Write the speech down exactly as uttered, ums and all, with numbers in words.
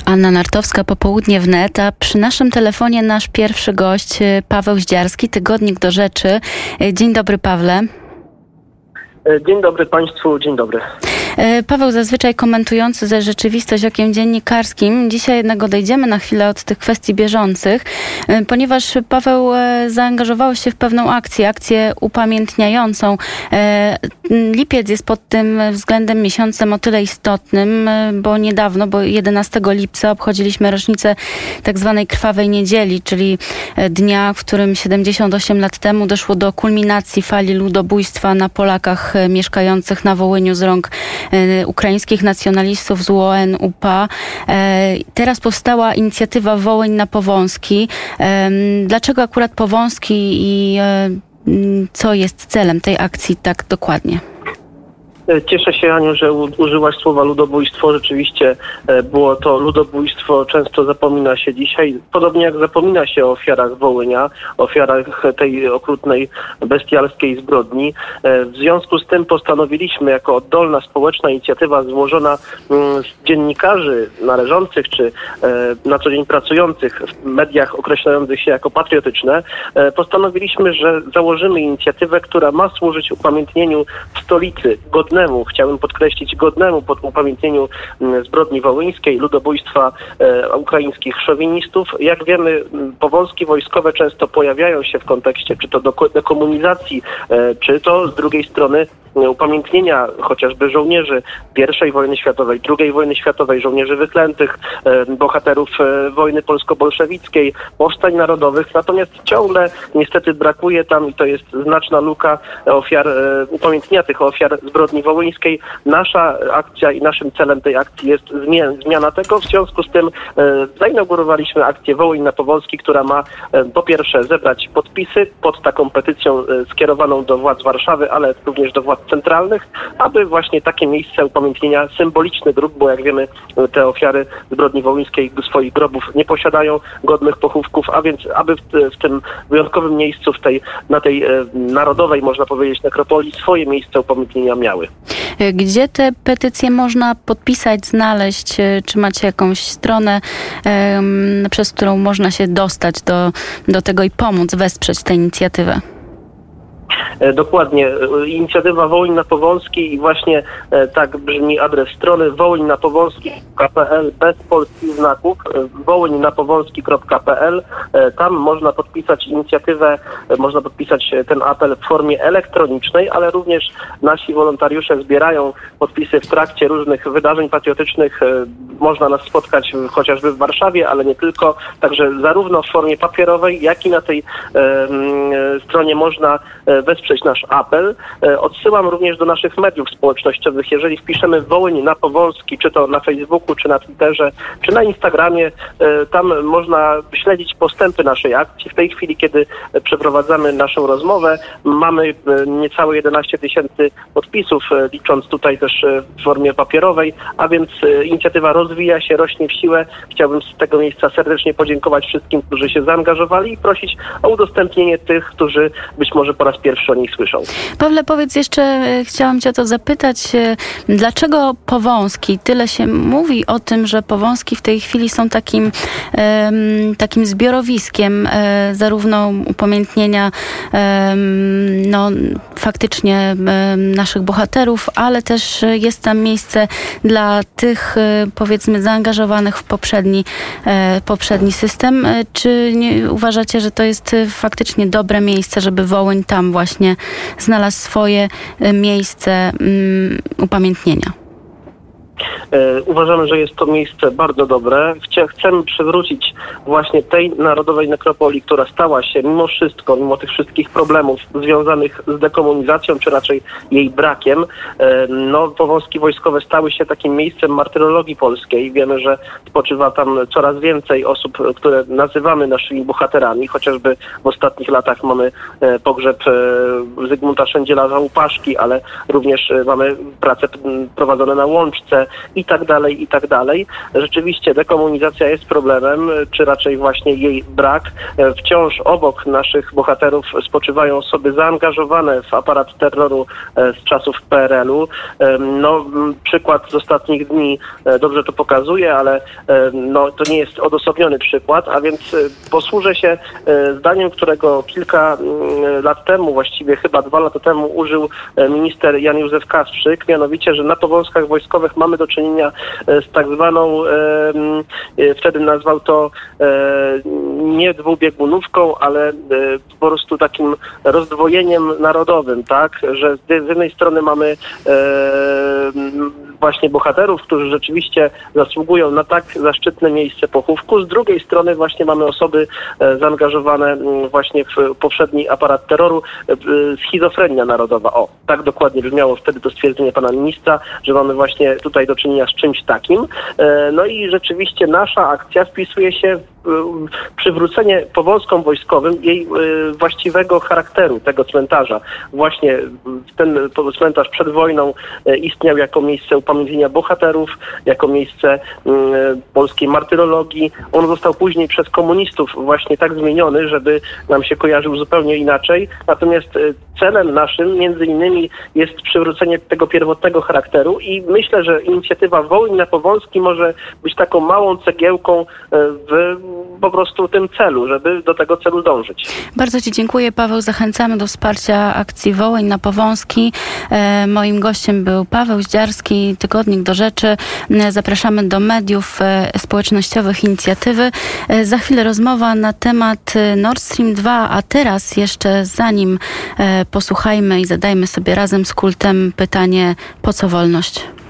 Anna Nartowska, Popołudnie wnet, a przy naszym telefonie nasz pierwszy gość, Paweł Zdziarski, Tygodnik do Rzeczy. Dzień dobry, Pawle. Dzień dobry Państwu, dzień dobry. Paweł, zazwyczaj komentujący ze rzeczywistość okiem dziennikarskim. Dzisiaj jednak odejdziemy na chwilę od tych kwestii bieżących, ponieważ Paweł zaangażował się w pewną akcję, akcję upamiętniającą. Lipiec jest pod tym względem miesiącem o tyle istotnym, bo niedawno, bo jedenastego lipca obchodziliśmy rocznicę tak zwanej Krwawej Niedzieli, czyli dnia, w którym siedemdziesiąt osiem lat temu doszło do kulminacji fali ludobójstwa na Polakach mieszkających na Wołyniu z rąk ukraińskich nacjonalistów z U O N U P A. Teraz powstała inicjatywa Wołyń na Powązki. Dlaczego akurat Powązki i co jest celem tej akcji tak dokładnie? Cieszę się, Aniu, że użyłaś słowa ludobójstwo. Rzeczywiście było to ludobójstwo. Często zapomina się dzisiaj, podobnie jak zapomina się o ofiarach Wołynia, ofiarach tej okrutnej, bestialskiej zbrodni. W związku z tym postanowiliśmy, jako oddolna społeczna inicjatywa złożona z dziennikarzy należących czy na co dzień pracujących w mediach określających się jako patriotyczne, postanowiliśmy, że założymy inicjatywę, która ma służyć upamiętnieniu w stolicy godnego, chciałem podkreślić, godnemu pod upamiętnieniu zbrodni wołyńskiej, ludobójstwa e, ukraińskich szowinistów. Jak wiemy, powązki wojskowe często pojawiają się w kontekście czy to dekomunizacji, e, czy to z drugiej strony upamiętnienia chociażby żołnierzy pierwszej wojny światowej, drugiej wojny światowej, żołnierzy wyklętych, e, bohaterów e, wojny polsko-bolszewickiej, powstań narodowych. Natomiast ciągle niestety brakuje tam, i to jest znaczna luka, ofiar, e, upamiętnienia tych ofiar zbrodni wołyńskiej. Nasza akcja i naszym celem tej akcji jest zmian, zmiana tego. W związku z tym e, zainaugurowaliśmy akcję Wołyń na Powązki, która ma e, po pierwsze zebrać podpisy pod taką petycją e, skierowaną do władz Warszawy, ale również do władz centralnych, aby właśnie takie miejsce upamiętnienia, symboliczny grób, bo jak wiemy, te ofiary zbrodni wołyńskiej swoich grobów nie posiadają godnych pochówków, a więc aby w, w tym wyjątkowym miejscu, w tej, na tej e, narodowej, można powiedzieć, nekropolii, swoje miejsce upamiętnienia miały. Gdzie te petycje można podpisać, znaleźć? Czy macie jakąś stronę, um, przez którą można się dostać do, do tego i pomóc, wesprzeć tę inicjatywę? Dokładnie. Inicjatywa Wołyń na Powązki i właśnie e, tak brzmi adres strony wołyń na powązki kropka p l bez polskich znaków, wołyń na powązki kropka p l. E, tam można podpisać inicjatywę, e, można podpisać ten apel w formie elektronicznej, ale również nasi wolontariusze zbierają podpisy w trakcie różnych wydarzeń patriotycznych. E, można nas spotkać chociażby w Warszawie, ale nie tylko. Także zarówno w formie papierowej, jak i na tej e, e, stronie można e, wesprzeć nasz apel. Odsyłam również do naszych mediów społecznościowych. Jeżeli wpiszemy Wołyń na Powązki, czy to na Facebooku, czy na Twitterze, czy na Instagramie, tam można śledzić postępy naszej akcji. W tej chwili, kiedy przeprowadzamy naszą rozmowę, mamy niecałe jedenaście tysięcy podpisów, licząc tutaj też w formie papierowej, a więc inicjatywa rozwija się, rośnie w siłę. Chciałbym z tego miejsca serdecznie podziękować wszystkim, którzy się zaangażowali i prosić o udostępnienie tych, którzy być może po raz pierwszy o nich słyszą. Pawle, powiedz jeszcze, chciałam cię o to zapytać, dlaczego Powązki? Tyle się mówi o tym, że Powązki w tej chwili są takim, takim zbiorowiskiem zarówno upamiętnienia no, faktycznie naszych bohaterów, ale też jest tam miejsce dla tych, powiedzmy, zaangażowanych w poprzedni, poprzedni system. Czy nie uważacie, że to jest faktycznie dobre miejsce, żeby Wołyń tam właśnie znalazł swoje miejsce um, upamiętnienia? Uważamy, że jest to miejsce bardzo dobre. Chcemy przywrócić właśnie tej narodowej nekropolii, która stała się mimo wszystko, mimo tych wszystkich problemów związanych z dekomunizacją, czy raczej jej brakiem. No, Powązki wojskowe stały się takim miejscem martyrologii polskiej. Wiemy, że spoczywa tam coraz więcej osób, które nazywamy naszymi bohaterami. Chociażby w ostatnich latach mamy pogrzeb Zygmunta Szendziela Łupaszki, ale również mamy prace prowadzone na Łączce, i tak dalej, i tak dalej. Rzeczywiście dekomunizacja jest problemem, czy raczej właśnie jej brak. Wciąż obok naszych bohaterów spoczywają osoby zaangażowane w aparat terroru z czasów P R L u. No, przykład z ostatnich dni dobrze to pokazuje, ale no, to nie jest odosobniony przykład, a więc posłużę się zdaniem, którego kilka lat temu, właściwie chyba dwa lata temu użył minister Jan Józef Kasprzyk, mianowicie, że na powązkach wojskowych mamy do czynienia z tak zwaną, wtedy nazwał to nie dwubiegunówką, ale po prostu takim rozdwojeniem narodowym, tak, że z jednej strony mamy właśnie bohaterów, którzy rzeczywiście zasługują na tak zaszczytne miejsce pochówku. Z drugiej strony właśnie mamy osoby zaangażowane właśnie w poprzedni aparat terroru. Schizofrenia narodowa. O, tak dokładnie brzmiało wtedy to stwierdzenie pana ministra, że mamy właśnie tutaj do czynienia z czymś takim. No i rzeczywiście nasza akcja wpisuje się w przywrócenie powązkom wojskowym jej właściwego charakteru, tego cmentarza. Właśnie ten cmentarz przed wojną istniał jako miejsce upamiętnienia bohaterów, jako miejsce polskiej martyrologii. On został później przez komunistów właśnie tak zmieniony, żeby nam się kojarzył zupełnie inaczej. Natomiast celem naszym między innymi jest przywrócenie tego pierwotnego charakteru i myślę, że inicjatywa Wołyń na Powązki może być taką małą cegiełką w po prostu tym celu, żeby do tego celu dążyć. Bardzo Ci dziękuję, Paweł. Zachęcamy do wsparcia akcji Wołyń na Powązki. E, moim gościem był Paweł Zdziarski, Tygodnik Do Rzeczy. E, zapraszamy do mediów e, społecznościowych inicjatywy. E, za chwilę rozmowa na temat Nord Stream dwa, a teraz jeszcze zanim e, posłuchajmy i zadajmy sobie razem z Kultem pytanie, po co wolność?